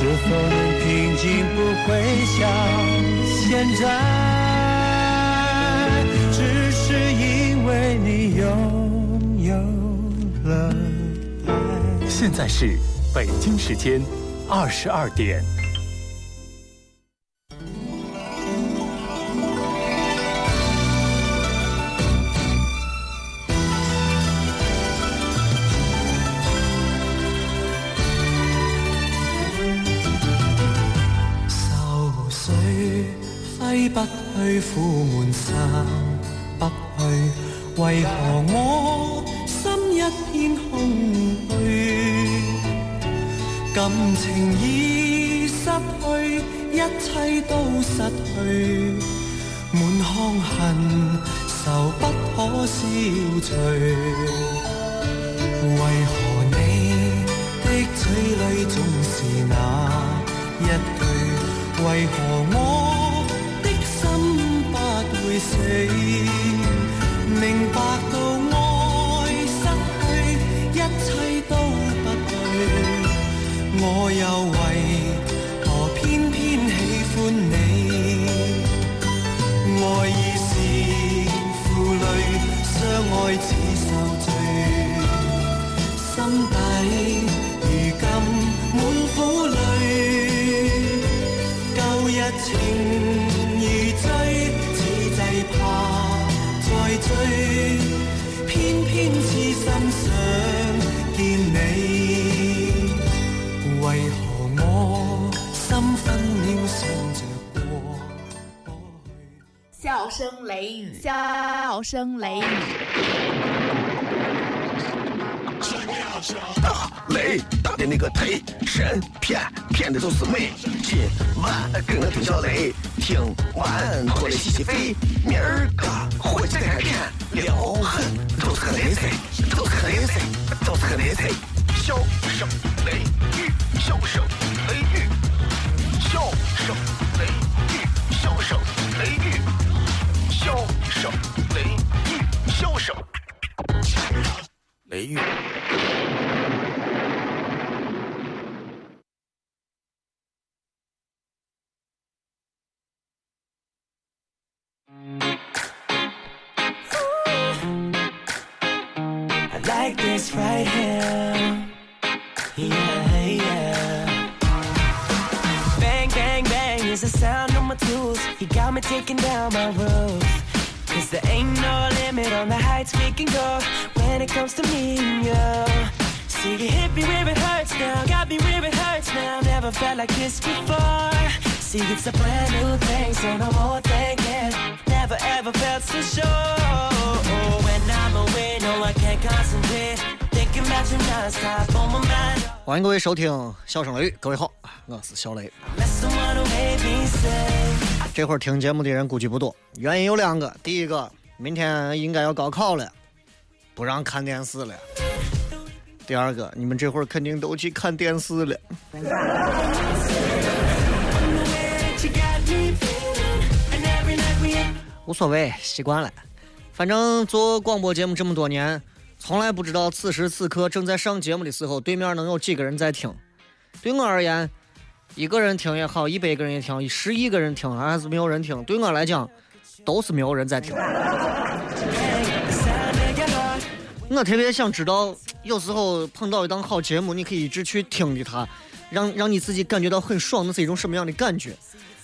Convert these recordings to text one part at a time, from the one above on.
否能平静不会像现在，只是因为你拥有了爱。 现在是北京时间22点。 揮不去，苦悶散不去，為何我心一片空虛？感情已失去，一切都失去，滿腔恨愁不可消除。為何你的嘴裡總是那一句？為何我會死，明白到愛失去，一切都不對，我又為何偏偏喜歡你？愛已是負累，相愛似受罪，心底如今滿苦淚，舊日情如醉。怕再追，偏偏痴心想見你，為何我心分秒想着過去？ 笑聲雷雨，笑聲雷雨。 大雷大的那個忒神騙的都是美，今晚跟我聽小雷，聽完過來洗洗肺，明兒個回去再看片，撩狠都是和雷誰，都是和雷誰，都是和雷誰，笑聲雷雨，笑聲雷雨，笑聲雷雨，笑聲雷雨，笑聲雷雨，笑聲雷雨。 Like this right here, yeah, yeah. Bang, bang, bang is the sound of my tools. You got me taking down my roof. Cause there ain't no limit on the heights we can go when it comes to me and you. See you hit me where it hurts now, got me where it hurts now. Never felt like this before. See it's a brand new thing, so no more thinking. Never ever felt so sure. When I'm away, no I can't concentrate. Thinking about you non-stop on my mind. 欢迎各位收听笑声雷雨，各位好，我是小雷。这会儿听节目的人估计不多，原因有两个。第一个，明天应该要高考了，不让看电视了。第二个，你们这会儿肯定都去看电视了。无所谓，习惯了。反正做广播节目这么多年，从来不知道此时此刻正在上节目的时候，对面能有几个人在听。对我而言，一个人听也好，100个人也听，10亿个人听还是没有人听，对我来讲都是没有人在听。我特别想知道，有时候碰到一档好节目，你可以一直去听的它，让你自己感觉到很爽，那是一种什么样的感觉？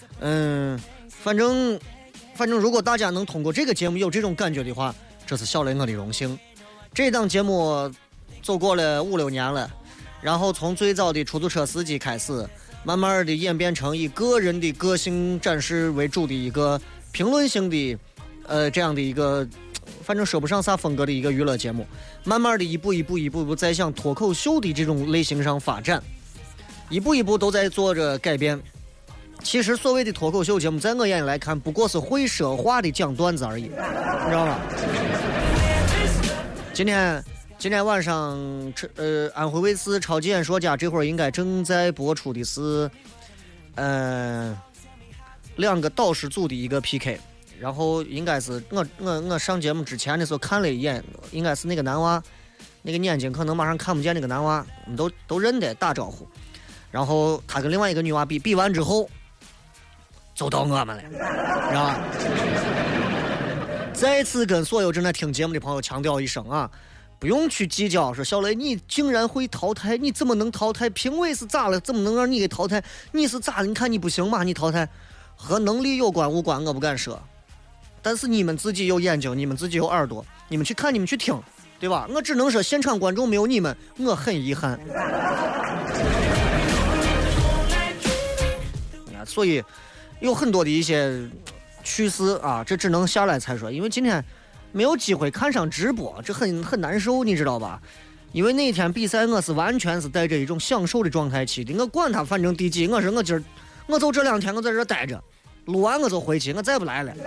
反正如果大家能通过这个节目有这种感觉的话，这是小雷我的荣幸。这档节目走过了5-6年了，然后从最早的出租车司机开始，慢慢的演变成以个人的个性展示为主的一个评论性的这样的一个反正说不上啥风格的一个娱乐节目，慢慢的一步一步在向脱口秀的这种类型上发展，一步一步都在做着改变。其实所谓的脱口秀节目，在我眼里来看，不过是会说话的讲段子而已，你知道吗？今天晚上，安徽卫视超级演说家这会儿应该正在播出的是，两个导师组的一个 PK， 然后应该是我上节目之前的时候看了一眼，应该是那个男娃，那个眼睛可能马上看不见那个男娃，我们都认得打招呼。 然后他跟另外一个女娃比完之后，就到我们了，知道吧？再次跟所有正在听节目的朋友强调一声啊，不用去计较说小雷你竟然会淘汰，你怎么能淘汰？评委是咋了？怎么能让你给淘汰？你是咋了？你看你不行嘛，你淘汰和能力有关无关，我不敢说。但是你们自己有眼睛，你们自己有耳朵，你们去看，你们去听，对吧？我只能说现场观众没有你们，我很遗憾。所以有很多的一些趣事啊，这只能下来才说，因为今天没有机会看上直播，这很难受，你知道吧？因为那天比赛我是完全是带着一种享受的状态去的，我管他反正第几，我说我今儿我就这2天我在这待着，录完我就回去，我再不来了。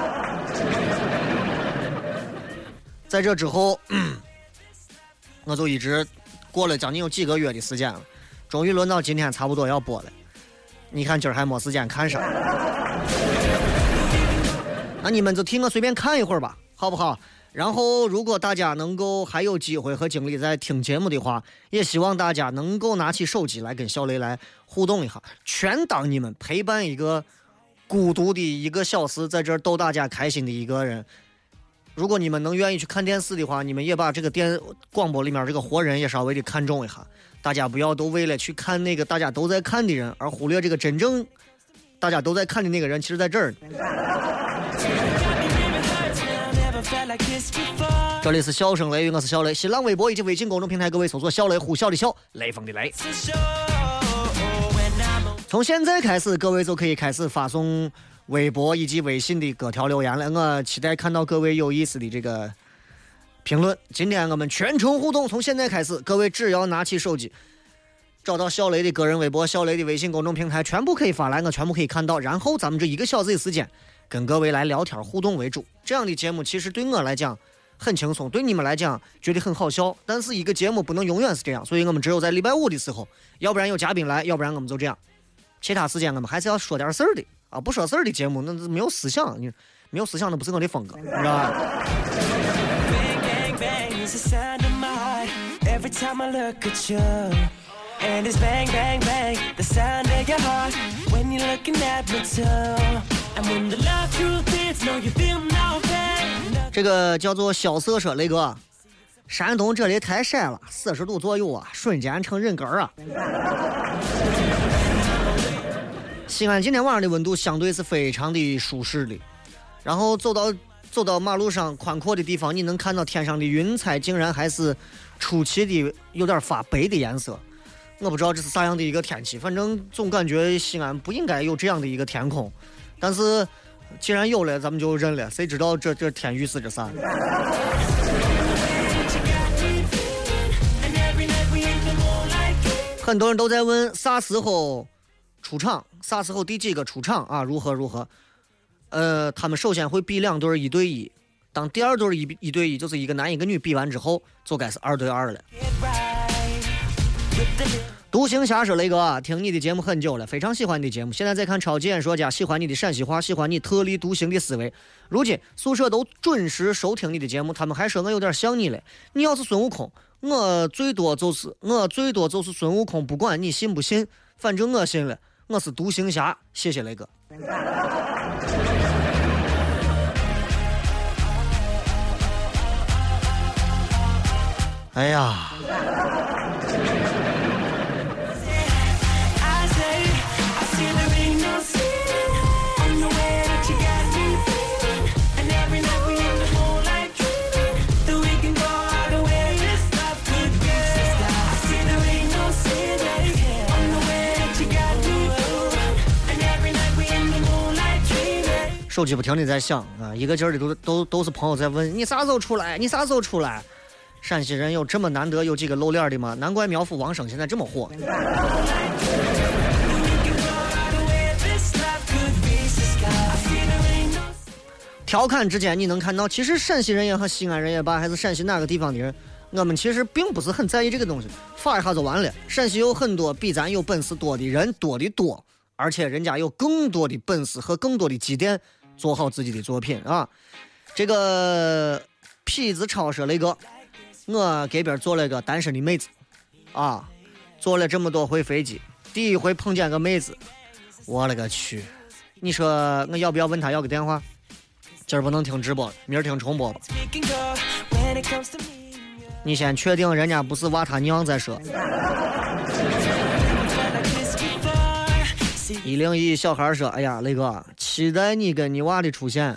在这之后，我就一直过了将近有几个月的时间了，终于轮到今天差不多要播了。你看今儿还没时间看上，那你们就听我随便看一会儿吧，好不好？然后如果大家能够还有机会和精力在听节目的话，也希望大家能够拿起手机来跟小雷来互动一下，全当你们陪伴一个孤独的1个小时在这儿逗大家开心的一个人。如果你们能愿意去看电视的话，你们也把这个广播里面这个活人也稍微的看重一下，大家不要都为了去看那个大家都在看的人而忽略这个真正大家都在看的那个人，其实在这儿。这里是笑声雷雨，我是小雷，新浪微博以及微信公众平台各位搜索小雷，呼啸的笑，雷锋的雷。从现在开始各位就可以开始发送微博以及微信的各条留言了，我期待看到各位有意思的这个评论。今天我们全程互动，从现在开始各位只要拿起手机找到小雷的个人微博、小雷的微信公众平台，全部可以发来，我全部可以看到，然后咱们这1个小时的时间跟各位来聊天互动为主。这样的节目其实对我来讲很轻松，对你们来讲觉得很好笑，但是一个节目不能永远是这样，所以我们只有在礼拜5的时候，要不然有嘉宾来，要不然我们就这样，其他时间我们还是要说点事儿的啊！不说事儿的节目那没有思想，你没有思想那不是我的风格，你知道吧？And it's bang, bang, bang, the sound of your heart when you're looking at me too. And when the love truth is, no, you feel no pain. 这个叫做萧瑟说，雷哥，山东这里太晒了，40度左右啊，瞬间成人干啊。西安今天晚上的温度相对是非常的舒适的，然后走到马路上宽阔的地方，你能看到天上的云彩竟然还是出奇的有点发白的颜色。我不知道这是啥样的一个天气，反正总感觉西安不应该有这样的一个天空，但是既然有了咱们就认了，谁知道这天预示着啥。很多人都在问啥时候出场，啥时候第几个出场啊，如何他们首先会比2对1对1，当第2对1对1就是一个男一个女比完之后就该是2对2了。独行侠说，雷哥，听你的节目很久了，非常喜欢你的节目，现在在看超级演说家，喜欢你的陕西话，喜欢你特立独行的思维。如今宿舍都准时收听你的节目，他们还说我有点像你了。你要是孙悟空，我最多就是孙悟空，不管你信不信，反正我信了，我是独行侠。谢谢雷哥。哎呀，手机不停地在响啊，一个劲儿的都是朋友在问你啥时候出来，你啥时候出来。陕西人有这么难得有几个露脸的吗？难怪苗阜王声现在这么火。调侃之间你能看到，其实陕西人也和西安人也罢，还是陕西哪个地方的人，我们其实并不是很在意这个东西，发一下就完了。陕西有很多比咱有本事多的人多的多，而且人家有更多的本事和更多的积淀做好自己的作品啊。这个痞子超说，雷哥，我给边做了个单身的妹子啊，坐了这么多回飞机， 第一回碰见个妹子，我勒个去！你说我要不要问她要个电话？今儿不能听直播了，明儿听重播吧。你先确定人家不是娃他娘再说。101小孩说：“哎呀，雷哥，期待你跟你娃的出现。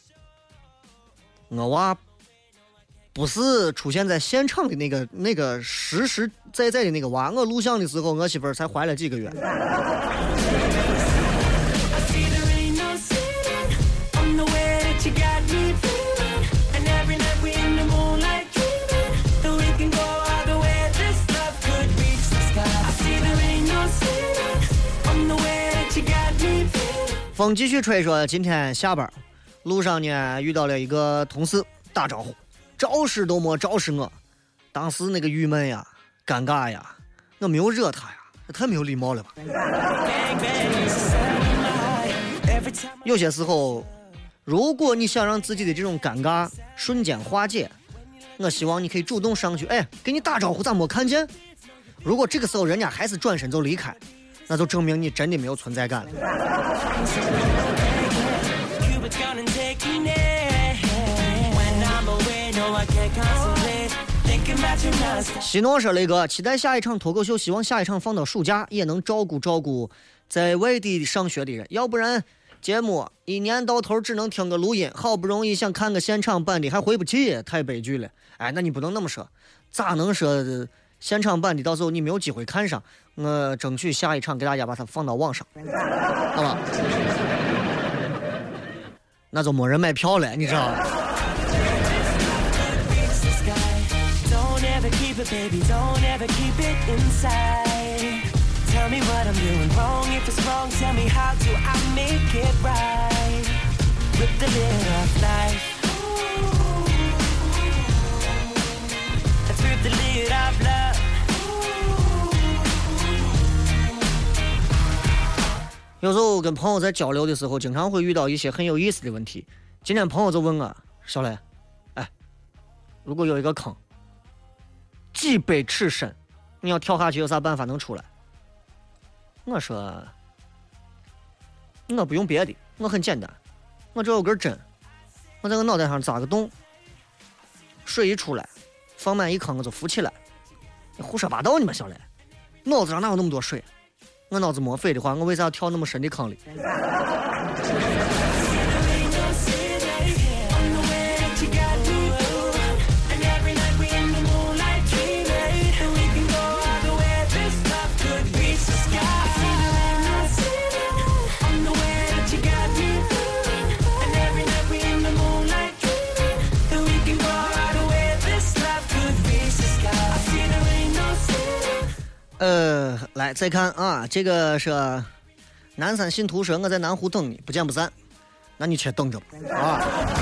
我娃不是出现在现场的那个实实在在的那个娃，我录像的时候，我媳妇儿才怀了几个月。”风继续吹说，今天下班路上呢遇到了一个同事，打招呼，招式都没招式我，当时那个郁闷呀，尴尬呀，我没有惹他呀，太没有礼貌了吧。有些时候，如果你想让自己的这种尴尬瞬间化解，我希望你可以主动上去，哎，给你打招呼，咋没看见？如果这个时候人家还是转身就离开，那就证明你真的没有存在感了。西诺说：“雷哥，期待下一场脱口秀，希望下一场放到暑假，也能照顾在外地上学的人，要不然节目一年到头只能听个录音，好不容易想看个现场版的还回不去，太悲剧了。哎，那你不能那么说，咋能说现场版的到时候你没有机会看上？我争取下一场给大家把它放到网上，好吧？那就没人买票了，你知道吗？”有时候跟朋友在交流的时候，经常会遇到一些很有意思的问题。今天朋友就问我：“小雷，哎，如果有一个坑，几百尺深，你要跳下去有啥办法能出来？”我说：“我不用别的，我很简单，我只有根针，我在我脑袋上扎个洞，水一出来，放满一坑我就浮起来。你胡说八道，你们小雷，脑子上哪有那么多水？我脑子没废的话，我为啥要跳那么深的坑里？”来再看啊，这个是南山信徒说我在南湖等你，不见不散。那你且等着啊。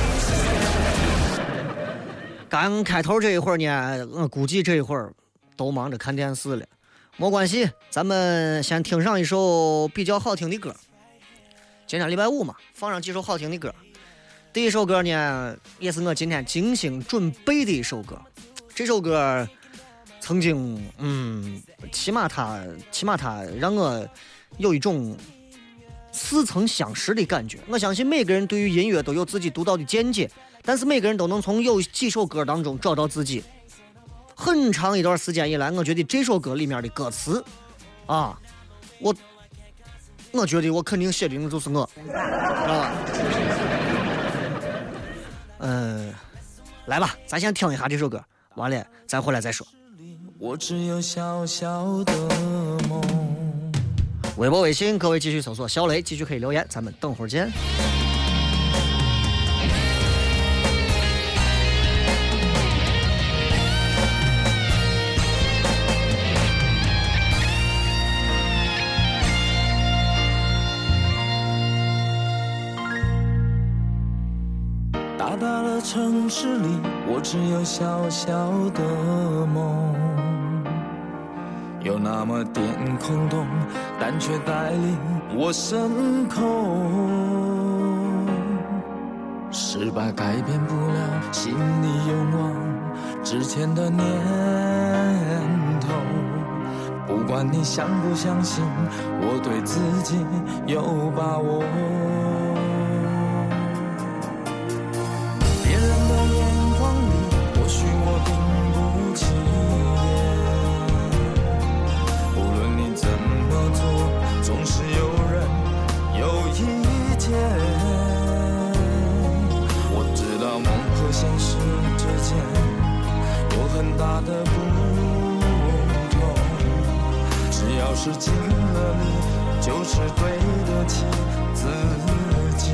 刚开头这一会儿呢，我估计这一会儿都忙着看电视了，没关系，咱们先听上一首比较好听的歌。今天礼拜五嘛，放上几首好听的歌。第一首歌呢，也是我今天精心准备的一首歌。这首歌曾经，起码它让我有一种似曾相识的感觉。我相信每个人对于音乐都有自己独到的见解，但是每个人都能从有几首歌当中找到自己。很长一段时间以来，我觉得这首歌里面的歌词，啊，我觉得我肯定写的那就是我，知道吧？来吧，咱先听一下这首歌，完了咱回来再说。 我只有小小的梦。 微博微信各位继续搜索小雷，继续可以留言，咱们等会儿见。 大大的城市里，我只有小小的梦，有那么点空洞，但却带领我升空。失败改变不了心里勇往直前的念头，不管管你相不相信，我对自己有把握。别人的眼光里，或许我并不起眼，无论你怎么做，总是有人有意见。我知道梦和现实之间有很大的不同，只要是尽了力，就是对得起自己。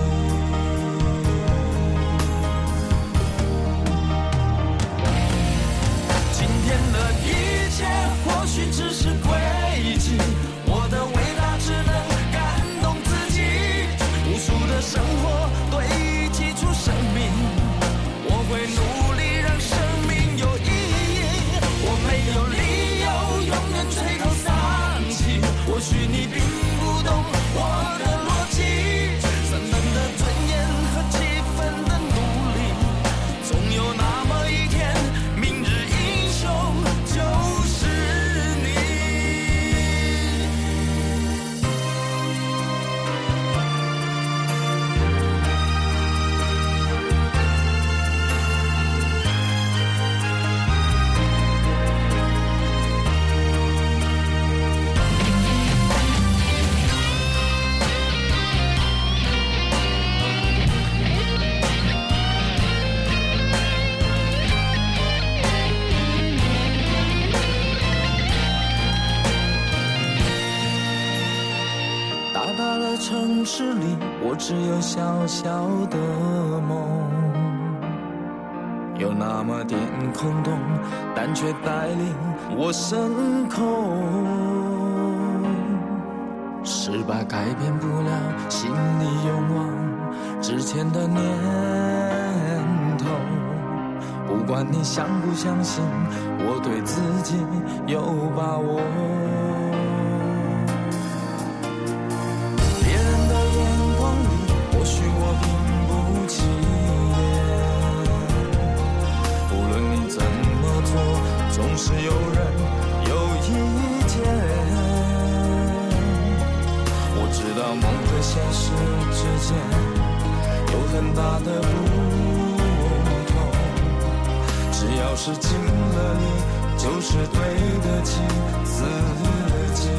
今天的一切或许只是轨迹，我的伟大只能感动自己。无数的生活堆积出生命，我会努力让生命有意义。我没有理由永远垂头丧气，或许你并不懂我的逻辑。3分的尊严和7分的努力，总有那么一天，明日英雄就是你。大大的城市里，我只有小小的梦，有那么点空洞，但却带领我升空。失败改变不了心里勇往直前的念头，不管你相不相信，我对自己有把握。或许我并不起眼，无论你怎么做，总是有人有意见。我知道梦和现实之间有很大的不同，只要是尽了力，就是对得起自己。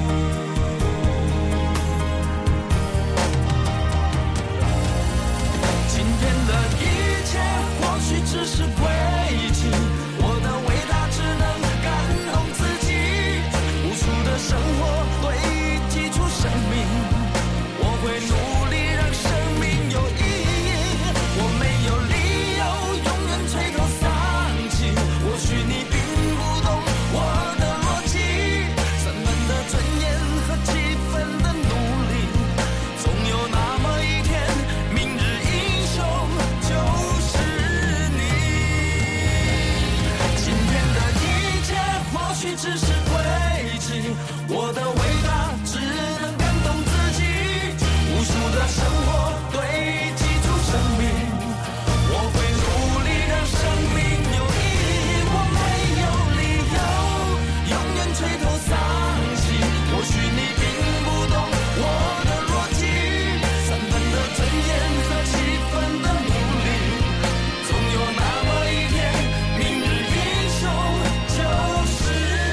或许只是轨迹，我的伟大只能感动自己。无数的生活堆积出生命，我会努力让生命有意义。我没有理由永远垂头丧气，或许你并不懂我的逻辑。3分的尊严和7分的努力，总有那么一天，明日英雄就是只是轨迹，我的伟大只能感动自己。无数的生活堆积出生命，我会努力让生命有意义。我没有理由永远垂头丧气，或许你并不懂我的逻辑。3分的尊严和7分的努力，总有那么一天，明日英雄就是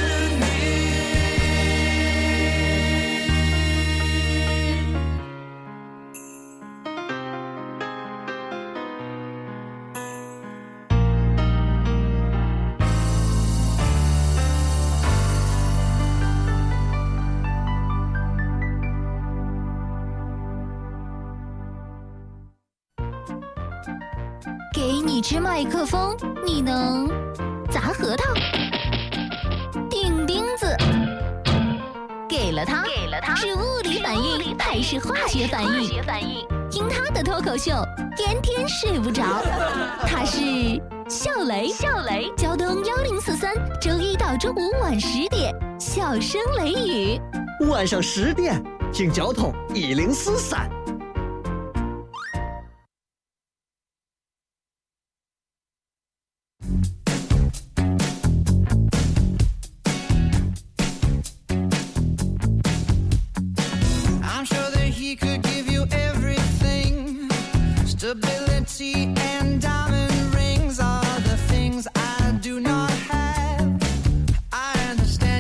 给你支麦克风，你能砸核桃、钉钉子。给了他，是物理反应还是化学反应？听他的脱口秀，天天睡不着。他是笑雷，交通1043，周一到周五晚10点，笑声雷雨。 晚上10点，听交通1043。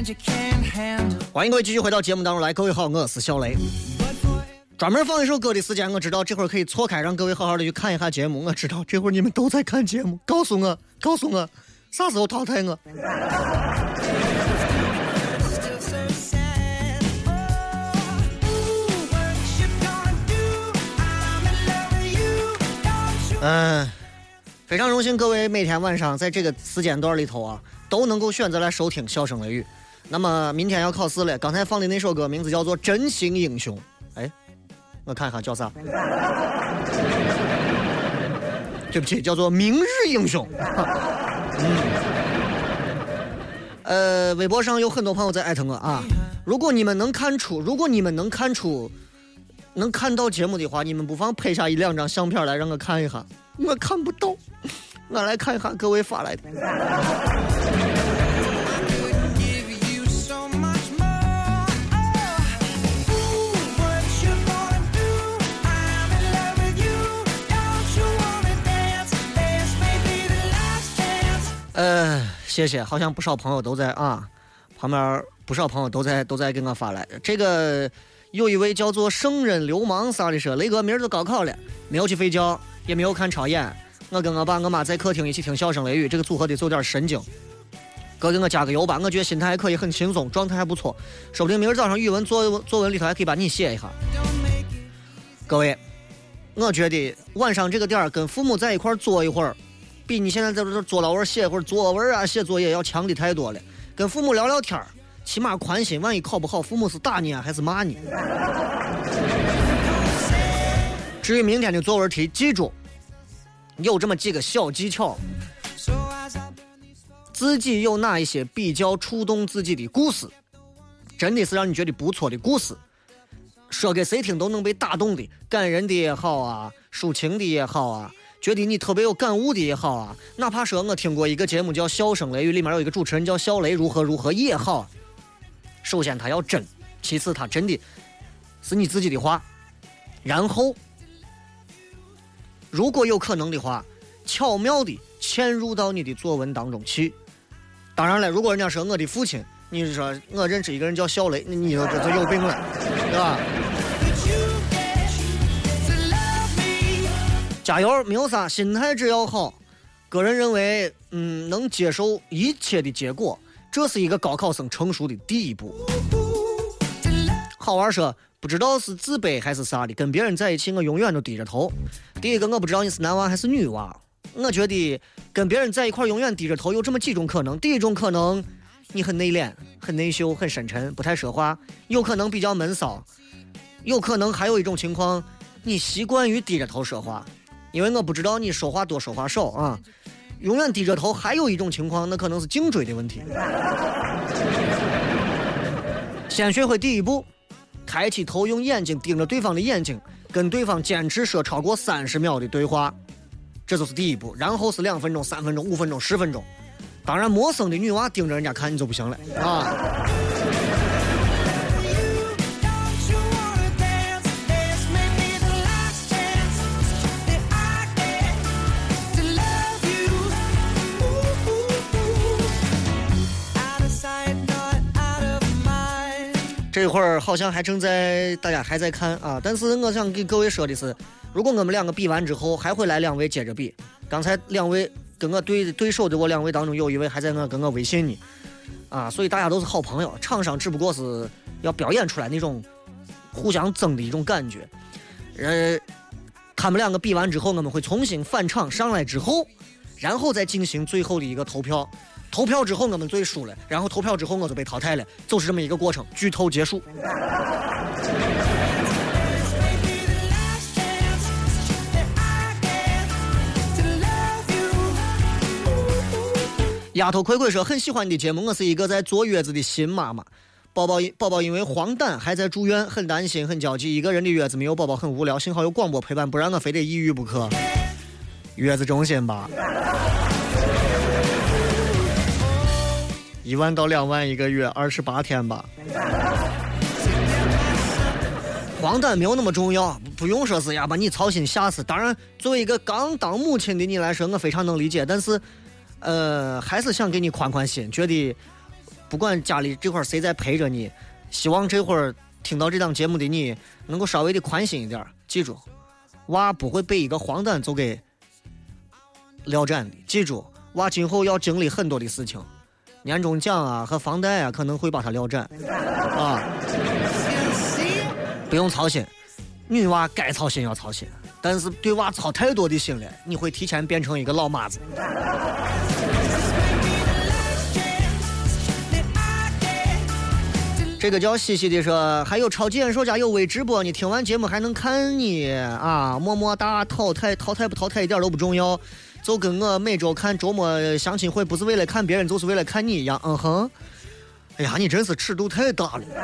欢迎各位继续回到节目当中来，各位好，我是小雷。专门放一首歌的时间，我知道这会儿可以错开，让各位好好的去看一下节目。我知道这会儿你们都在看节目，告诉我，啥时候淘汰我？非常荣幸各位每天晚上在这个时间段里头啊，都能够选择来收听笑声雷雨。那么明天要考试了，刚才放的那首歌名字叫做《真心英雄》。哎，我看一下叫啥？对不起，叫做《明日英雄》。微博上有很多朋友在艾特我啊。如果你们能看到节目的话，你们不妨拍下一两张相片来让我看一下。我看不到，我来看一下各位发来的。谢谢，好像不少朋友都在啊，旁边不少朋友都在给我发来。这个有一位叫做圣人流氓啥的说，雷哥明儿就高考了，没有去睡觉，也没有看超演，我跟我爸我妈在客厅一起听笑声雷雨，这个组合得有点神经。哥给我加个油吧，我觉得心态还可以，很轻松，状态还不错，说不定明儿早上语文作文里头还可以把你写一下。各位，我觉得晚上这个点跟父母在一块坐一会儿，比你现在在这坐老文写一会儿作文啊、写作业要强的太多了。跟父母聊聊天，起码宽心，万一考不好，父母是打你啊还是骂你？至于明天的作文题，记住有这么几个小技巧。自己有哪一些比较触动自己的故事，真的是让你觉得不错的故事，说给谁听都能被打动的，感人的也好啊，抒情的也好啊，觉得你特别有感悟的也好啊，哪怕说我听过一个节目叫笑声雷雨，里面有一个主持人叫小雷如何如何也好，首先他要真，其次他真的是你自己的话，然后如果有可能的话，巧妙的嵌入到你的作文当中去。当然了，如果人家说我的父亲，你说我认识一个人叫小雷，你说这有病了，对吧？加油，没有啥，心态只要好。个人认为，能接受一切的结果，这是一个高考生成熟的第一步。好玩说，不知道是自卑还是啥的，跟别人在一起我永远都低着头。第一个，我不知道你是男娃还是女娃。我觉得跟别人在一块永远低着头有这么几种可能。第一种可能，你很内敛、很内秀、很深沉，不太说话，有可能比较闷骚。有可能还有一种情况，你习惯于低着头说话，因为我不知道你说话多说话少啊。永远低着头，还有一种情况，那可能是颈椎的问题。先学会第一步，抬起头，用眼睛盯着对方的眼睛，跟对方坚持说超过30秒的对话，这就是第一步。然后是2分钟、3分钟、5分钟、10分钟。当然，陌生的女娃盯着人家看你就不行了啊。这会儿好像还大家还在看啊，但是我想给各位说的是，如果我们两个比完之后，还会来2位接着比。刚才2位跟我对手的我2位当中，有1位还在跟我微信呢，啊，所以大家都是好朋友。场上只不过是要表演出来那种互相争的一种感觉。他们2个比完之后，我们会重新返场上来之后，然后再进行最后的一个投票。投票之后我们最输了，然后投票之后我就被淘汰了，就是这么一个过程，剧透结束。丫头葵葵说很喜欢你的节目，我是一个在坐月子的新妈妈，宝宝因为黄疸还在住院，很担心很焦急，一个人的月子没有宝宝很无聊，幸好有广播陪伴，不然我非得抑郁不可。月子中心吧，1万到2万一个月，28天吧。黄疸没有那么重要，不用说是呀把你操心吓死。当然，作为一个刚当母亲的你来说，我非常能理解，但是，还是想给你宽宽心，觉得不管家里这会儿谁在陪着你，希望这会儿听到这档节目的你能够稍微的宽心一点。记住，娃不会被一个黄疸就给撂占的。记住，娃今后要经历很多的事情，年终奖啊和房贷啊可能会把他撂占啊，不用操心。女娃该操心要操心，但是对娃操太多的心了，你会提前变成一个老妈子。这个叫西西的说，还有超级演说家有微直播，你听完节目还能看你啊，么么哒，淘汰不淘汰一点都不重要，就跟我每周看周末相亲会不是为了看别人就是为了看你一样。嗯哼，哎呀，你真是尺度太大了。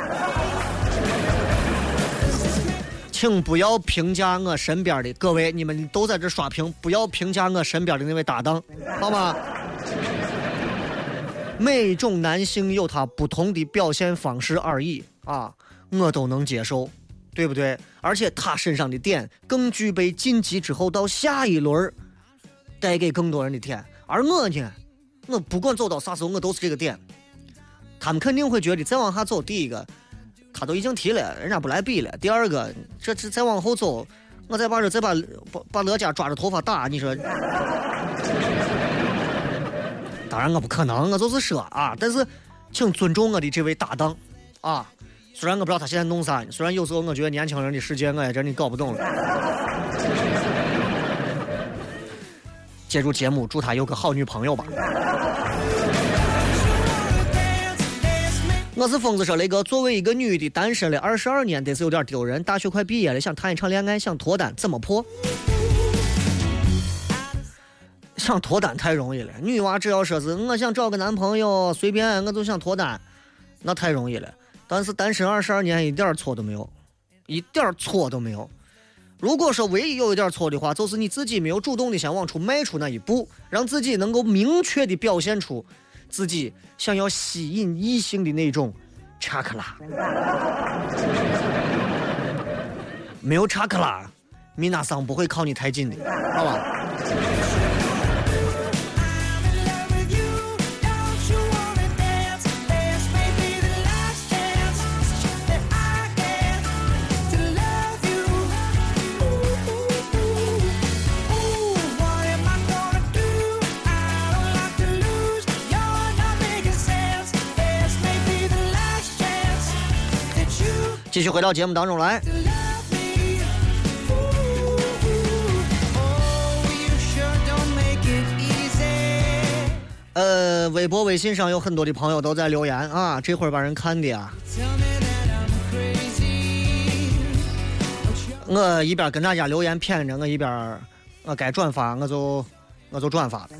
请不要评价我身边的各位，你们都在这刷屏，不要评价我身边的那位搭档，好吗？每种男性有他不同的表现方式而已啊，我都能接受，对不对？而且他身上的点更具备晋级之后到下一轮带给更多人的点，而我呢，我不管走到啥时候我都是这个点。他们肯定会觉得再往下走，第一个他都已经提了，人家不来比了；第二个这再往后走，我再把乐嘉抓着头发打，你说。当然我不可能，我就是说啊，但是请尊重我的这位搭档啊。虽然我不知道他现在弄啥，虽然有时候我觉得年轻人的世界我也真的搞不懂了。借助节目祝他有个好女朋友吧。我是疯子说雷哥，作为一个女的单身了22年，得是有点丢人。大学快毕业了，想谈一场恋爱，想脱单，怎么破？想脱单太容易了，女娃只要说是我想找个男朋友，随便我就想脱单，那太容易了。但是单身22年一点错都没有，一点错都没有。如果说唯一有一点错的话，就是你自己没有主动的想往出迈出那一步，让自己能够明确的表现出自己想要吸引异性的那种查克拉。没有查克拉，米娜桑不会靠你太近的，好吧？继续回到节目当中来。微博、微信上有很多的朋友都在留言啊，这会儿把人看的啊。我一边跟大家留言谝着，我一边我该转发我就转发了。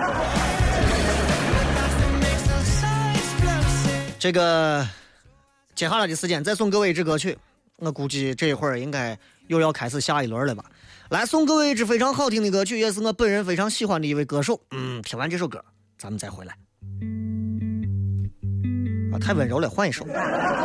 这个接下来的时间再送各位一支歌曲，我估计这一会儿应该又要开始下一轮了吧。来送各位一支非常好听的歌曲，也是我本人非常喜欢的一位歌手。听完这首歌咱们再回来。啊，太温柔了，换一首。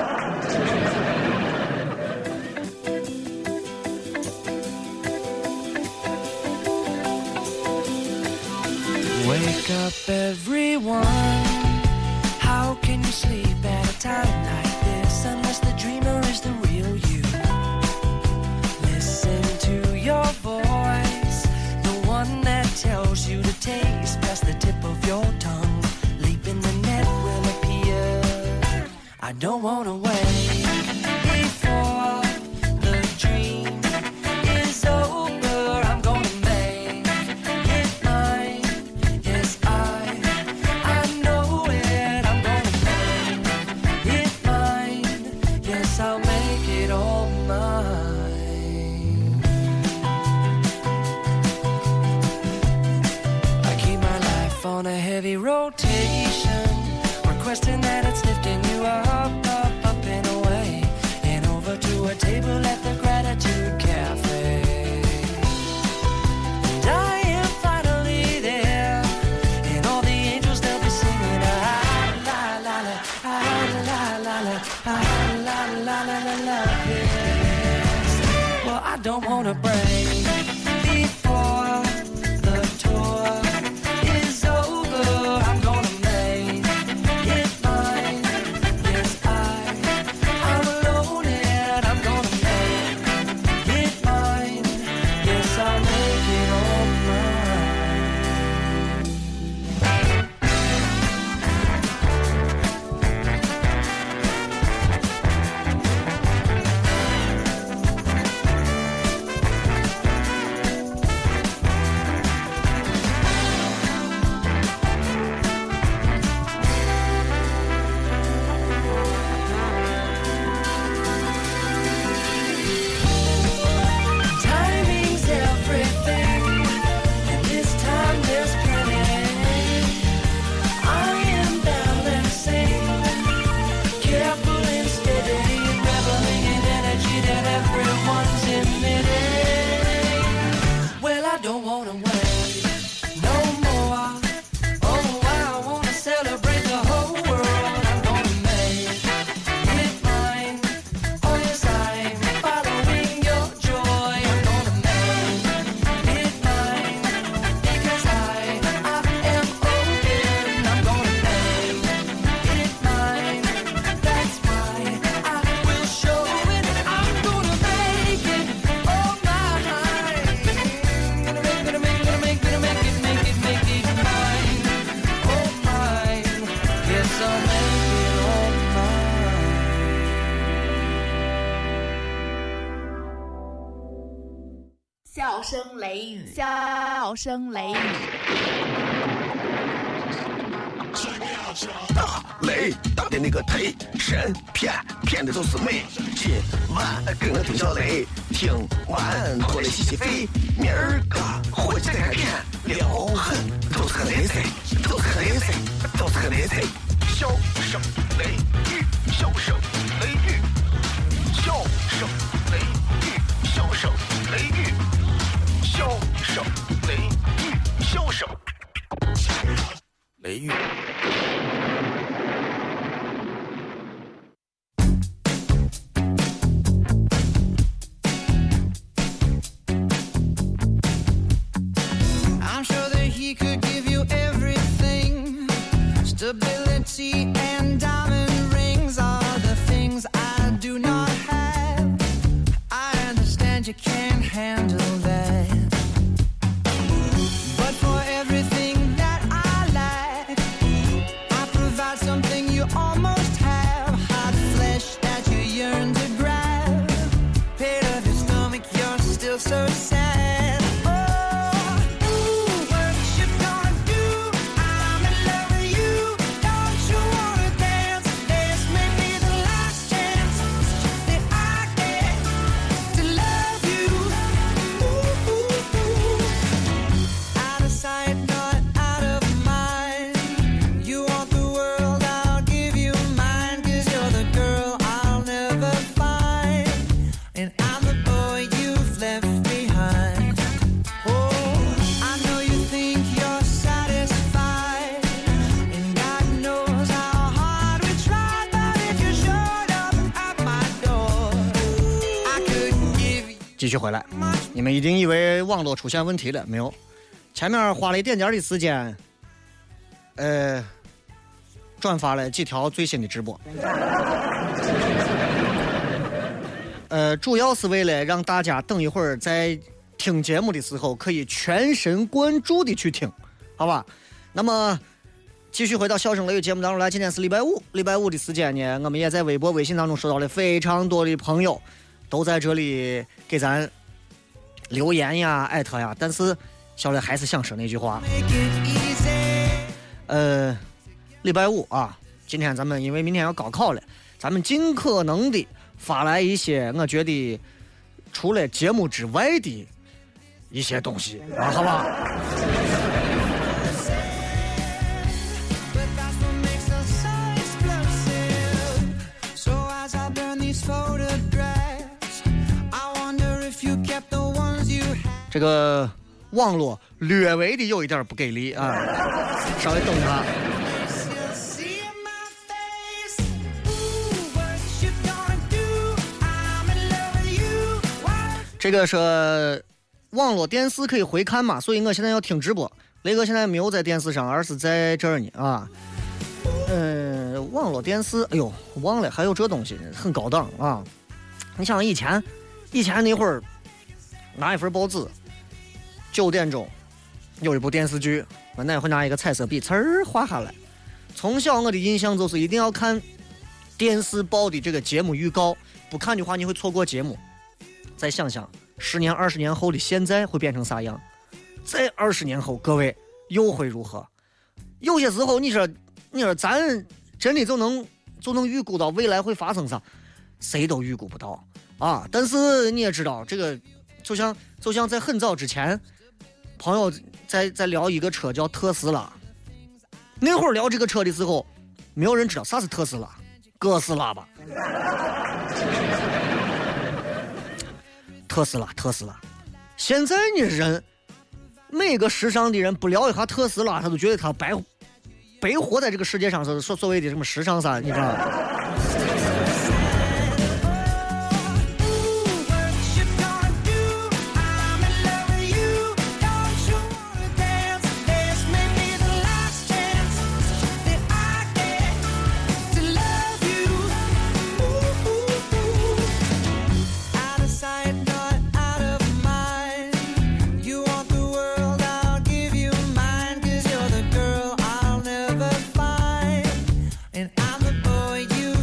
Wake up everyone, how can you sleep at a time like this unless the dreamer is the real you? Listen to your voice, the one that tells you to taste past the tip of your tongue. Leap in the net will appear. I don't wanna wait before the dream is over. I'm gonna make it mine. Yes, I know it. I'm gonna make it mine. Yes, I'll make it all mine. I keep my life on a heavy rotation, requesting that it's lifting you up, up, up and away, and over to a table at the Gratitude Cafe. And I am finally there, and all the angels they'll be singing ah la la la, ah la la la, ah la la la la la. Yes. Well, I don't wanna break before the tour is over. I'm gonna make it mine. 笑声雷雨，笑声雷雨。 大雷大的那个忒神骗骗的都是美，今晚跟我听小雷，听完过来洗洗肺，明儿个回去再看片，撩狠都是个雷贼，都是个雷贼，都是个雷贼。笑声雷雨，笑声雷雨，笑声雷雨，笑声雷雨，笑声雷雨，笑声雷雨。 Stability and diamond rings are the things I do not have. I understand you can't handle that, but for everything that I lack, I provide something you almost have. Hot flesh that you yearn to grab. Pit of your stomach, you're still so sad. 继续回来，你们一定以为网络出现问题了没有？前面花了一点点的时间，转发了几条最新的直播，主要是为了让大家等一会儿在听节目的时候可以全神贯注的去听，好吧？那么继续回到笑声雷雨节目当中来，今天是礼拜五的时间呢，我们也在微博、微信当中收到了非常多的朋友。都在这里给咱留言呀、艾特呀，但是小雷还是想说那句话。礼拜五啊，今天咱们因为明天要高考了，咱们尽可能的发来一些我觉得除了节目之外的一些东西啊，好吧？这个网络略微的有一点不给力啊，稍微等它。这个是网络电视可以回看嘛，所以我现在要听直播。雷哥现在没有在电视上，而是在这儿呢啊。网络电视，哎呦，忘了还有这东西，很高档啊。你想以前那会儿拿一份报纸，9点钟有一部电视剧，我那会拿一个彩色笔呲儿画下来。从小我的印象就是一定要看电视报的这个节目预告，不看的话你会错过节目。再想想10年20年后的现在会变成啥样，在20年后各位又会如何？有些时候你说咱真的就能预估到未来会发生啥，谁都预估不到啊！但是你也知道，这个就像在很早之前，朋友在聊一个车叫特斯拉，那会儿聊这个车的时候，没有人知道啥是特斯拉，哥斯拉吧？特斯拉，现在你人每个时尚的人不聊一下特斯拉，他都觉得他白活在这个世界上，所谓的什么时尚啥，你知道吗？ And I'm the boy you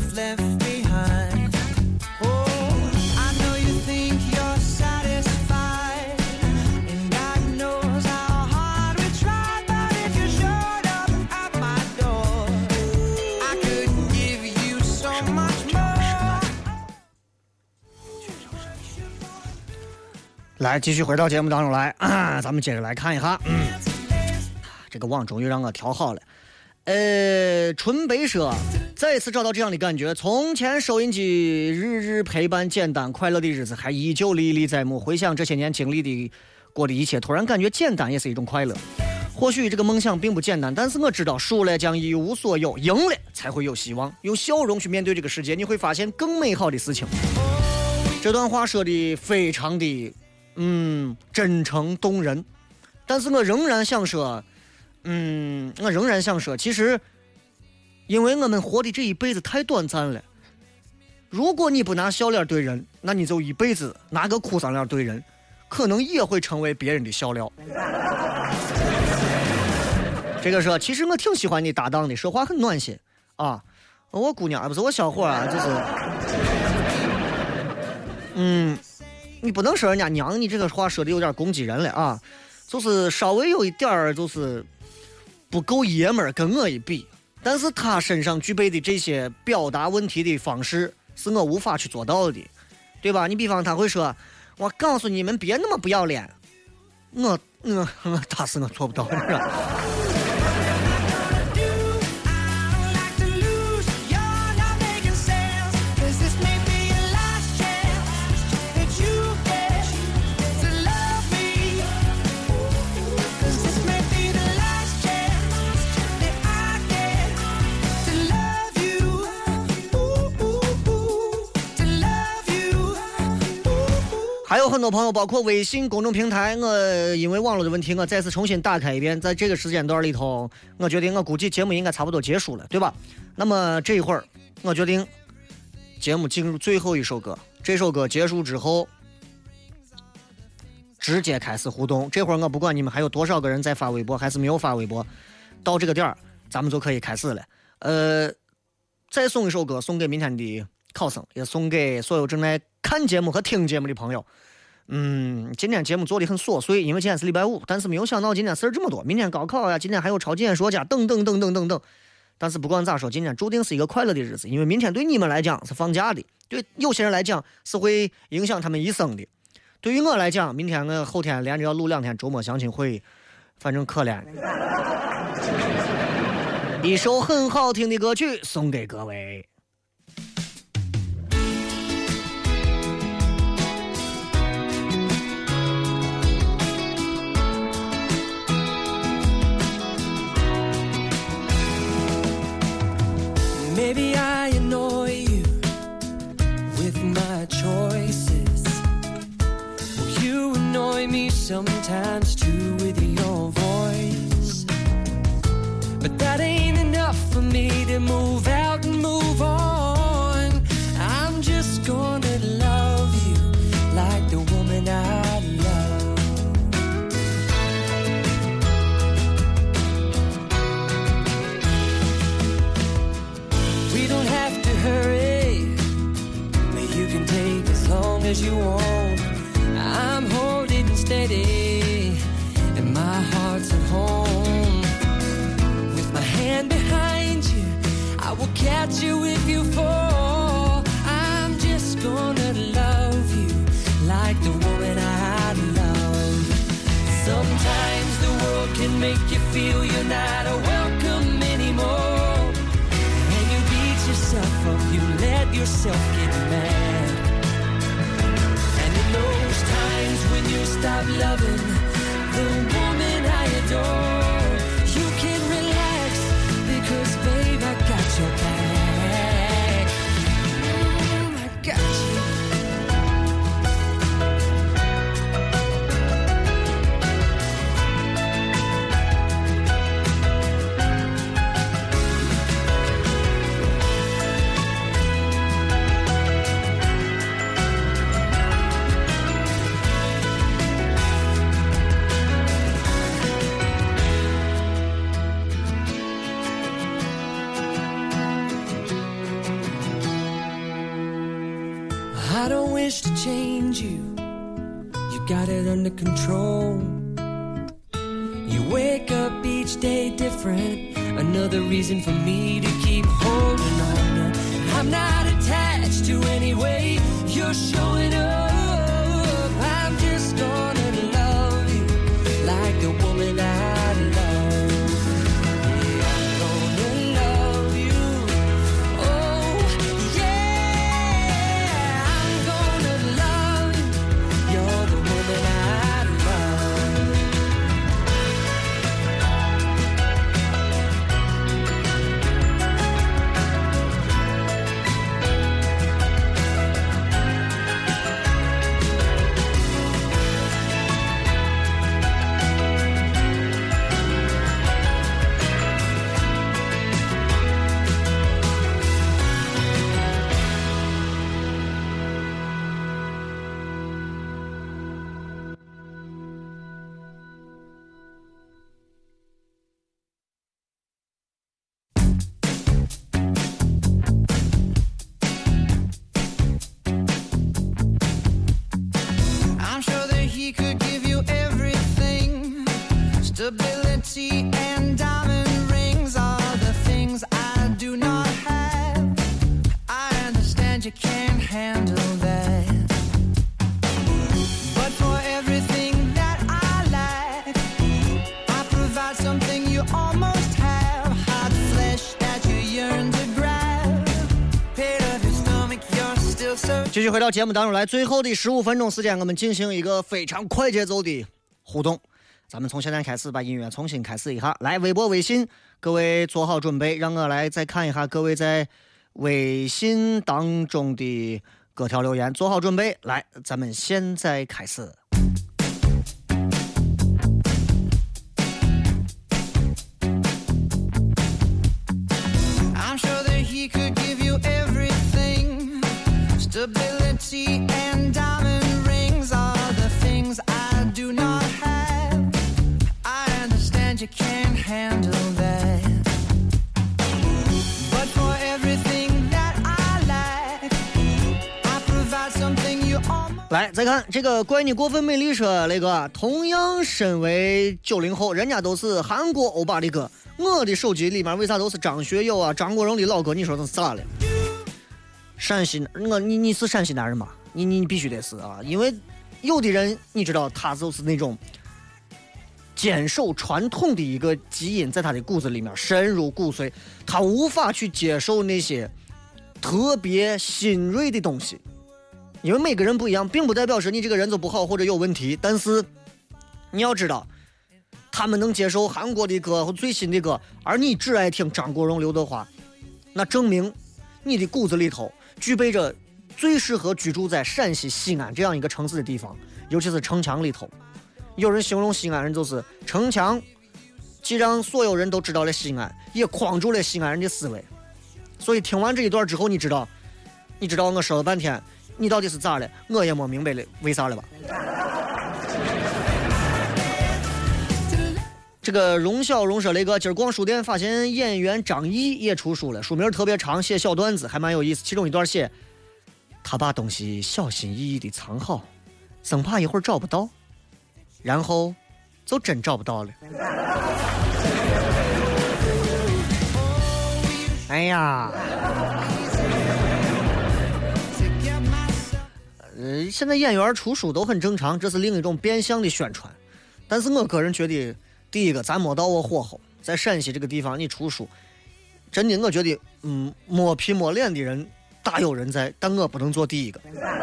来，继续回到节目当中来，咱们接着来看一下。这个网终于让我调好了。纯白说再次找到这样的感觉，从前收音机日日陪伴，简单快乐的日子还依旧历历在目。回想这些年经历的过的一切，突然感觉简单也是一种快乐。或许这个梦想并不简单，但是我知道输了将一无所有，赢了才会有希望。用笑容去面对这个世界，你会发现更美好的事情。这段话说的非常的真诚动人，但是我仍然想说，其实因为我们活的这一辈子太短暂了，如果你不拿笑脸对人，那你就一辈子拿个哭丧脸对人，可能也会成为别人的笑料。这个是其实我挺喜欢你搭档的，说话很暖心啊。我姑娘不是我小伙啊，就是你不能说人家娘，你这个话说的有点攻击人了啊，就是稍微有一点儿就是不够爷们儿，跟我一比，但是他身上具备的这些表达问题的方式是我无法去做到的，对吧？你比方他会说，我告诉你们别那么不要脸，他是我做不到的。还有很多朋友，包括微信公众平台，我因为网络的问题，我再次重新打开一遍。在这个时间段里头，我决定我估计节目应该差不多结束了，对吧？那么这一会儿，我决定节目进入最后一首歌。这首歌结束之后，直接开始互动。这会儿我不管你们还有多少个人在发微博，还是没有发微博，到这个点儿，咱们就可以开始了。再送一首歌，送给明天的考生，也送给所有正在看节目和听节目的朋友。今天节目做的很琐碎，因为今天是礼拜五，但是没有想到今天事儿这么多，明天高考呀，今天还有超级演说家等等等等等等。但是不管咋说，今天注定是一个快乐的日子，因为明天对你们来讲是放假的，对有些人来讲是会影响他们一生的。对于我来讲，明天我后天连着要录2天周末详情会，反正可怜。一首很好听的歌曲送给各位。 Maybe I annoy you with my choices. You annoy me sometimes too with your voice. But that ain't enough for me to move out and move on. I'm just gonna love you like the woman I love. We don't have to hurry, but you can take as long as you want. I'm holding steady and my heart's at home. With my hand behind you, I will catch you if you fall. I'm just gonna love you like the woman I love. Sometimes the world can make you feel you're not welcome anymore. Yourself up, you let yourself get mad. And in those times when you stop loving the woman I adore, you can relax because babe I got your back. I got you. I don't wish to change you. You got it under control. You wake up each day different. Another reason for me to keep holding on. I'm not attached to any way you're showing up. I'm just understand you can't handle that. But for everything that I lack, I provide something you almost have. Hot flesh that you yearn to grab. Pit of your stomach, you're still so. 继续回到节目当中来，最后的15分钟时间，我们进行一个非常快节奏的互动。咱们从现在开始把音乐重新开始一下，来微博微信，各位做好准备，让我来再看一下各位在微信当中的各条留言，做好准备，来，咱们现在开始。 I'm sure that he could give you everything. Stability and diamond rings are the things I do not have. I understand you can't handle that. But for everything that I lack, I provide something you almost. 来，再看这个怪你过分美丽说那个，同样身为90后，人家都是韩国欧巴的歌，我的手机里面为啥都是张学友啊、张国荣的老歌？你说这是咋了？陕西，你是陕西男人吗？你必须得是啊，因为有的人你知道他就是那种坚守传统的一个基因在他的骨子里面深入骨髓，他无法去接受那些特别新锐的东西。因为每个人不一样，并不代表是你这个人就不好或者有问题，但是你要知道他们能接受韩国的歌和最新的歌，而你只爱听张国荣、刘德华，那证明你的骨子里头具备着最适合居住在陕西西安这样一个城市的地方，尤其是城墙里头。有人形容西安人就是城墙既让所有人都知道了西安，也框住了西安人的思维。所以听完这一段之后，你知道我说了半天你到底是咋了，我也没明白了为啥了吧。这个荣小荣说雷哥，今儿逛书店发现演员张译也出书了，书名特别长，写小段子还蛮有意思。其中一段写他把东西小心翼翼地藏好，生怕一会儿找不到，然后就真找不到了。哎呀，现在演员出书都很正常，这是另一种变相的宣传。但是我个人觉得，第一个，咱没到我火候，在陕西这个地方你出书，真的我觉得，摸皮摸脸的人大有人在，但我不能做第一个。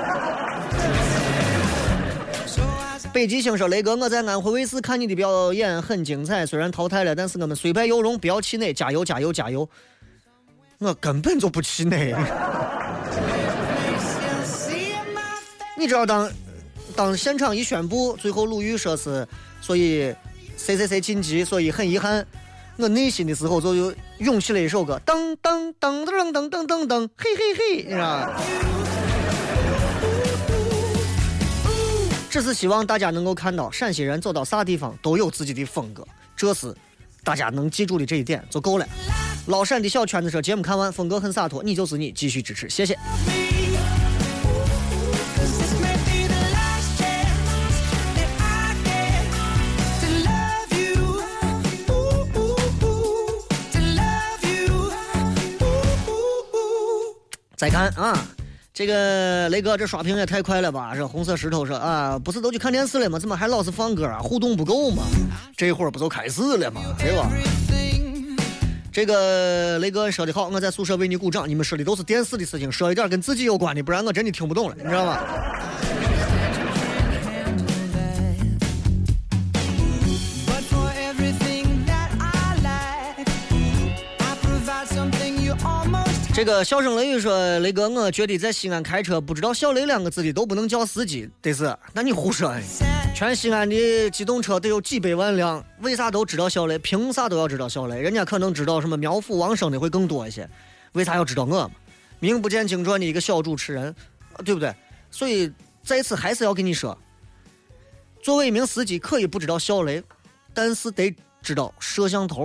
北极星说雷哥，我在安徽卫视看你的表演很精彩，虽然淘汰了，但是我们虽败犹荣，不要气馁，加油加油加油！我根本就不气馁。你知道当现场一宣布，最后鲁豫说是，所以谁晋级，所以很遗憾。我内心的时候就涌起了一首歌，噔噔噔噔噔噔噔噔，嘿嘿嘿，你知道吗？只是希望大家能够看到，陕西人走到啥地方都有自己的风格，这是大家能记住的这一点就够了。老陕的小圈子说节目看完，风格很洒脱，你就是你，继续支持，谢谢。再看啊，这个雷哥这刷屏也太快了吧！这红色石头说啊，不是都去看电视了吗？怎么还老是放歌啊？互动不够吗？这会儿不就开始了吗？对吧？这个雷哥说的好，我在宿舍为你鼓掌。你们说的都是电视的事情，说一点跟自己有关的，不然我真的听不懂了，你知道吗？这个笑声雷雨说雷哥，我觉得在西安开车不知道小雷两个字的都不能叫司机，得是？那你胡说！全西安的机动车得有几百万辆，为啥都知道小雷？凭啥都要知道小雷？人家可能知道什么苗阜、王声的会更多一些，为啥要知道我嘛？名不见经传的一个小主持人，对不对？所以在此还是要跟你说，作为一名司机可以不知道小雷，但是得知道摄像头。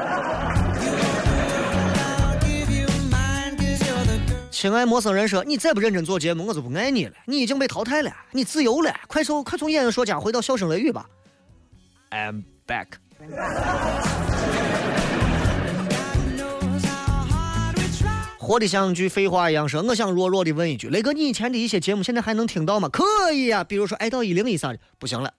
亲爱陌生人说，你再不认真做节目我就不爱你了，你已经被淘汰了，你自由了，快从演员说家回到笑声雷雨吧。 I'm back。 活的像句废话一样说，我想弱弱的问一句，雷哥，你以前的一些节目现在还能听到吗？可以啊，比如说爱到101啥的，不行了。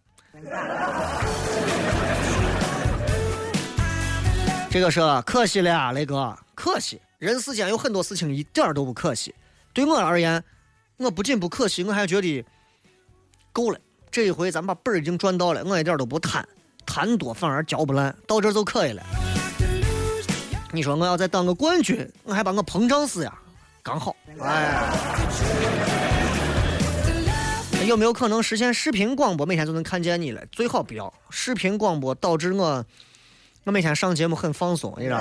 这个是可惜了呀，雷哥，可惜。人世间有很多事情一点都不可惜。对我而言，我不仅不可惜，我还觉得够了。这一回咱把本已经赚到了，我一点都不贪，贪多反而嚼不烂，到这就可以了。你说我要再当个冠军，我还把我膨胀死呀，刚好。哎，有没有可能实现视频广播，每天就能看见你了？最好不要视频广播，导致我每天上节目很放松，你知道吗？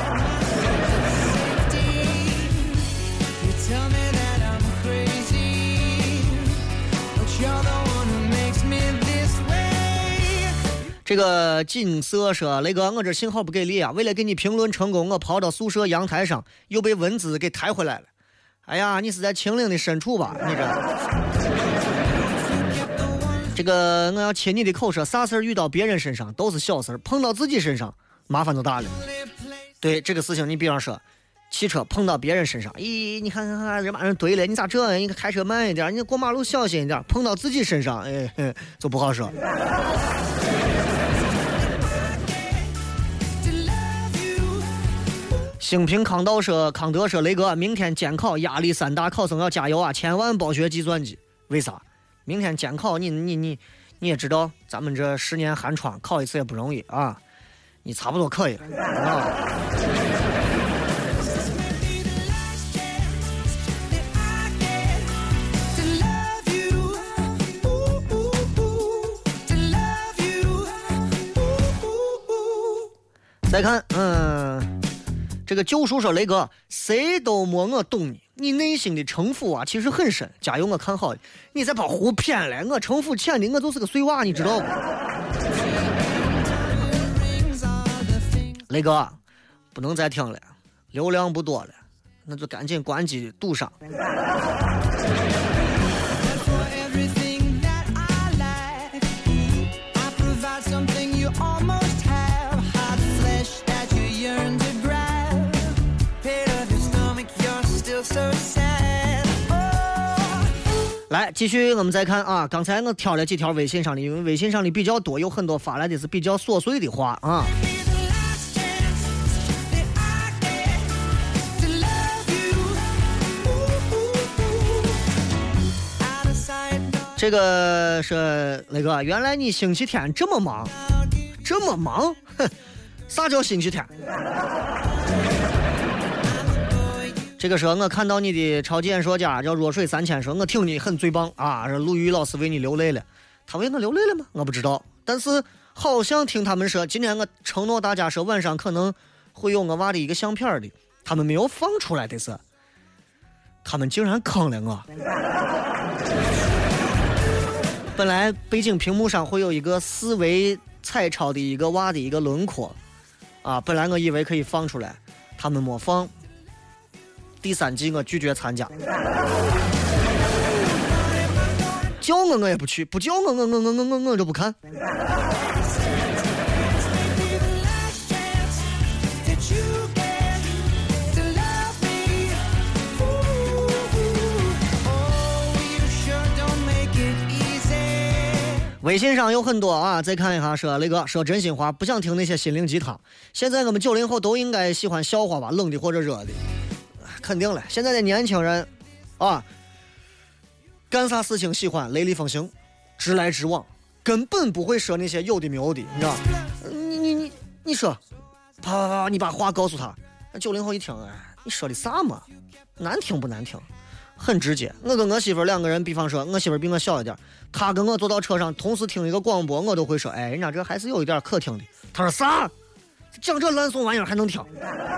这个锦瑟说，雷哥，我这信号不给力啊！为了给你评论成功，我跑到宿舍阳台上，又被蚊子给抬回来了。哎呀，你是在秦岭的深处吧？你这个我要切你的口说，啥事儿遇到别人身上都是小事儿，碰到自己身上麻烦就大了。对这个事情，你比方说，汽车碰到别人身上，咦，你看人把人怼了，你咋这样？你开车慢一点，你过马路小心一点。碰到自己身上，哎，就不好说。兴平康德说，雷哥，明天监考压力山大，考生要加油啊，千万别学计算机。为啥？明天监考，你也知道，咱们这10年寒窗考一次也不容易啊，你差不多可以了啊。再看，这个救赎说，雷哥，谁都没我懂你内心的城府啊，其实很深。加油，我看好你再把胡骗了，我城府浅的，我就是个碎娃，你知道不？雷哥，不能再听了，流量不多了，那就赶紧关机堵上。来，继续我们再看啊，刚才我挑了几条微信上的，因为微信上的比较多，有很多发来的是比较琐碎的话啊。这个是那个，原来你星期天这么忙，哼，啥叫星期天？这个时候我看到你的超级演说家叫弱水3000说，我听你很最棒啊，陆羽老师为你流泪了。他为我流泪了吗？我不知道，但是好像听他们说，今天我承诺大家说晚上可能会有我娃的一个相片的，他们没有放出来的是，他们竟然坑了我。本来背景屏幕上会有一个4维彩超的一个娃的一个轮廓啊，本来我以为可以放出来，他们没放。第3季我拒绝参加，叫我也不去，不叫我就不看。微信上有很多啊，再看一下说那个说真心话，不想听那些心灵鸡汤。现在我们90后都应该喜欢笑话吧，冷的或者热的。肯定了，现在的年轻人啊，干啥事情喜欢雷厉风行，直来直往，根本不会说那些有的没有的，你知道？你说，啪，你把话告诉他，90后一听，哎，你说的啥嘛？难听不难听？很直接。我跟我媳妇2个人，比方说，我媳妇比我小一点，她跟我坐到车上，同时听一个广播，我都会说，哎，人家这还是有一点可听的。她说啥？讲这烂怂玩意儿还能听？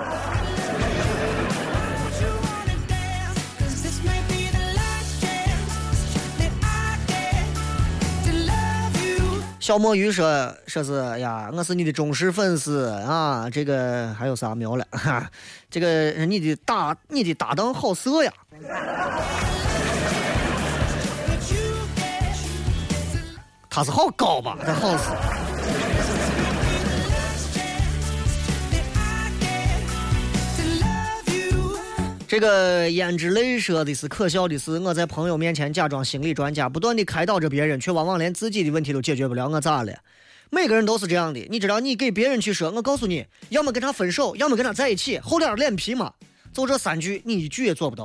小墨鱼说是呀，我是你的忠实粉丝啊。这个还有啥没有了？哈，这个你的搭档好色呀。他是好高吧？他好色。 这个胭脂泪说的是可笑的是，我在朋友面前假装心理专家，不断地开导着别人，却往往连自己的问题都解决不了，我咋了？每个人都是这样的，你知道，你给别人去说，我告诉你，要么跟他分手，要么跟他在一起，厚点脸皮嘛，就这3句，你一句也做不到。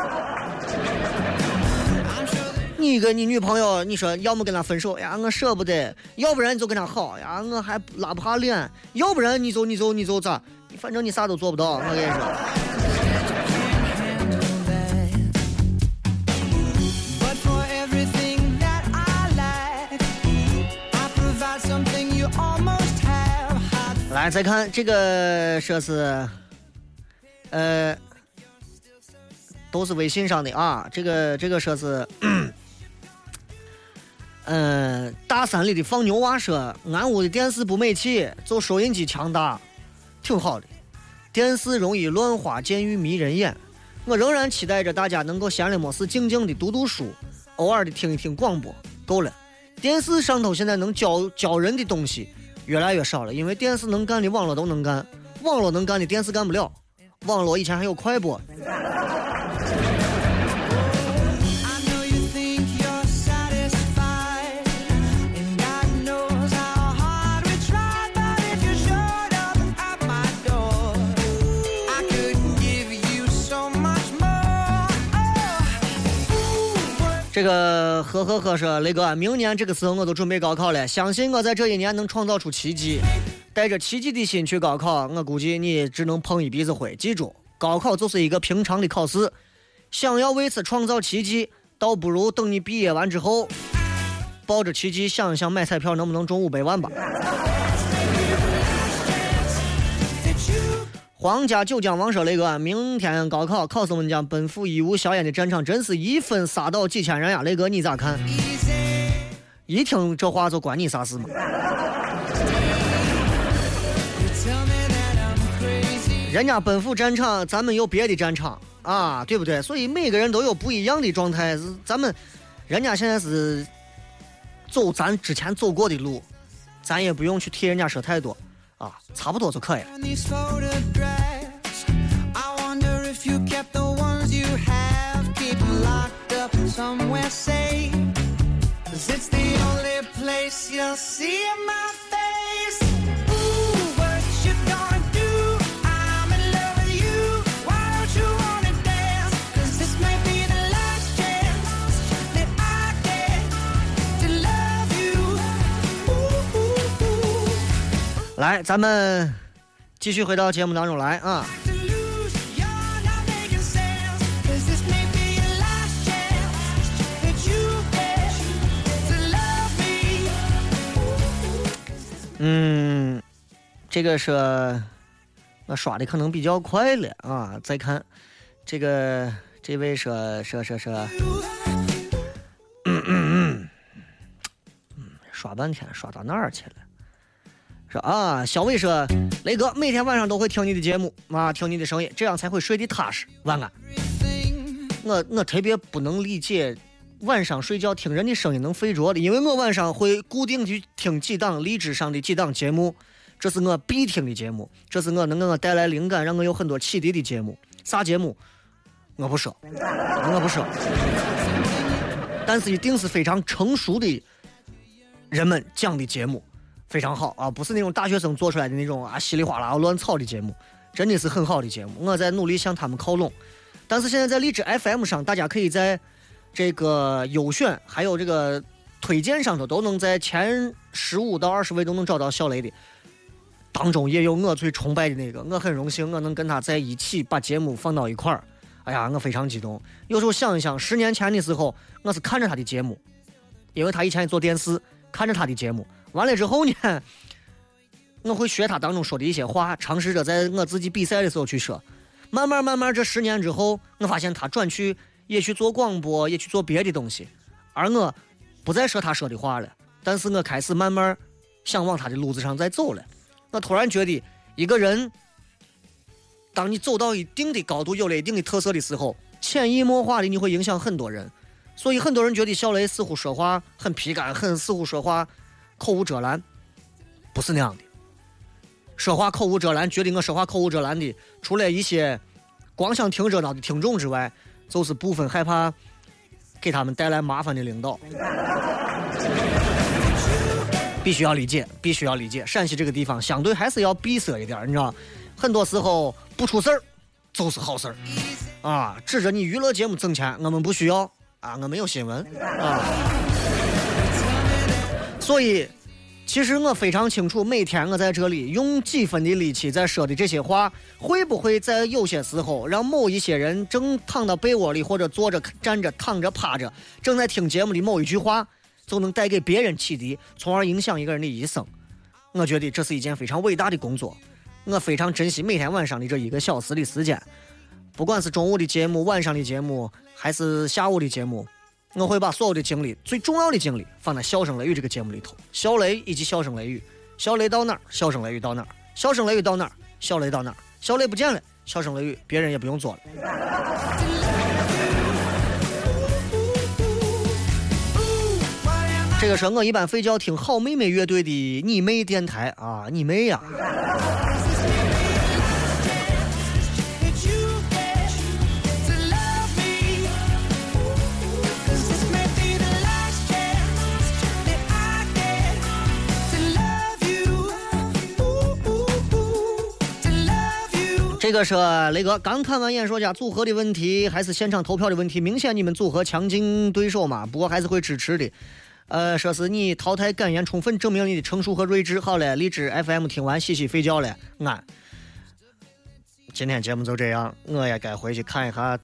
你跟你女朋友，你说要么跟他分手呀，我舍不得；要不然你就跟他好呀，我还拉不下脸；要不然你就咋？反正你啥都做不到，我跟你说。来，再看这个说是，都是微信上的啊。这个说是，大山里的放牛娃说，俺屋的电视不美气，就收音机强大，挺好的。电视容易乱花渐欲迷人眼，我仍然期待着大家能够闲了没事静静的读读书，偶尔的听一听广播，够了。电视上头现在能教人的东西越来越少了，因为电视能干的网络都能干，网络能干的电视干不了。网络以前还有快播。这个呵说，雷哥，明年这个时候我都准备高考了，相信我在这一年能创造出奇迹。带着奇迹的心去高考，我估计你只能碰一鼻子灰。记住，高考就是一个平常的考试，想要为此创造奇迹，倒不如等你毕业完之后，抱着奇迹想一想买彩票能不能中500万吧。皇家九江王说，雷哥，明天高考，考生们将奔赴义务硝烟的战场，真是一分杀到几千人呀！雷哥你咋看？一听这话就关你啥事嘛？人家奔赴战场，咱们有别的战场啊，对不对？所以每个人都有不一样的状态。咱们人家现在是走咱之前走过的路，咱也不用去替人家说太多啊，差不多就可以了。来，咱们继续回到节目当中来啊。这个是我刷的可能比较快了啊。再看这个，这位说，刷半天，刷到哪儿去了？说啊，小伟说，雷哥每天晚上都会听你的节目啊，听你的声音，这样才会睡得踏实。晚安。我特别不能理解晚上睡觉听人的声音能睡着的，因为我晚上会固定去听几档荔枝上的几档节目，这是我必听的节目，这是我能给我带来灵感，让我有很多启迪的节目。啥节目我不说，但是一定是非常成熟的人们讲的节目，非常好啊，不是那种大学生做出来的那种啊稀里哗啦乱操的节目，真的是很好的节目，我在努力向他们靠拢。但是现在在荔枝 FM 上，大家可以在这个优选还有这个推荐上头都能在前15到20位都能找到小雷的，当中也有我最崇拜的那个，我很荣幸我能跟他在一起把节目放到一块儿。哎呀，我非常激动。有时候想一想，10年前的时候我是看着他的节目，因为他以前也做电视，看着他的节目完了之后呢，我会学他当中说的一些话，尝试着在我自己比赛的时候去说。慢慢这10年之后，我发现他转去也去做广播，也去做别的东西，而我不再说他说的话了，但是我开始慢慢想往他的路子上再走了。我突然觉得一个人当你走到一定的高度，有了一定的特色的时候，潜移默化的你会影响很多人。所以很多人觉得小雷似乎说话很皮干，似乎说话口无遮拦，不是那样的。说话口无遮拦，觉得我说话口无遮拦的，除了一些光想听热闹的听众之外，就是部分害怕给他们带来麻烦的领导。必须要理解，必须要理解。陕西这个地方相对还是要闭塞一点，你知道，很多时候不出事儿就是好事儿啊！指着你娱乐节目挣钱，我们不需要啊，我没有新闻啊。所以，其实我非常清楚，每天我在这里用几分的力气在说的这些话，会不会在有些时候让某一些人正躺到被窝里，或者坐着、站着、躺着、趴着，正在听节目里某一句话，就能带给别人启迪，从而影响一个人的一生。我觉得这是一件非常伟大的工作，我非常珍惜每天晚上的这1个小时的时间，不管是中午的节目、晚上的节目，还是下午的节目，我会把所有的精力、最重要的精力放在笑声雷雨这个节目里头。小雷以及笑声雷雨，小雷到哪儿，笑声雷雨到哪儿，笑声雷雨到哪儿，小雷到哪儿，小雷不见了，笑声雷雨别人也不用做了。这个是我一般睡觉听好妹妹乐队的你妹电台啊，你妹呀！这个是雷哥刚看完演说家组合的问题，还是现场投票的问题？明显你们组合强劲对手嘛，不过还是会支持的。说是你淘汰感言充分证明你的成熟和睿智。好嘞，荔枝 FM 听完洗洗睡觉了，今天节目就这样，我也该回去看一下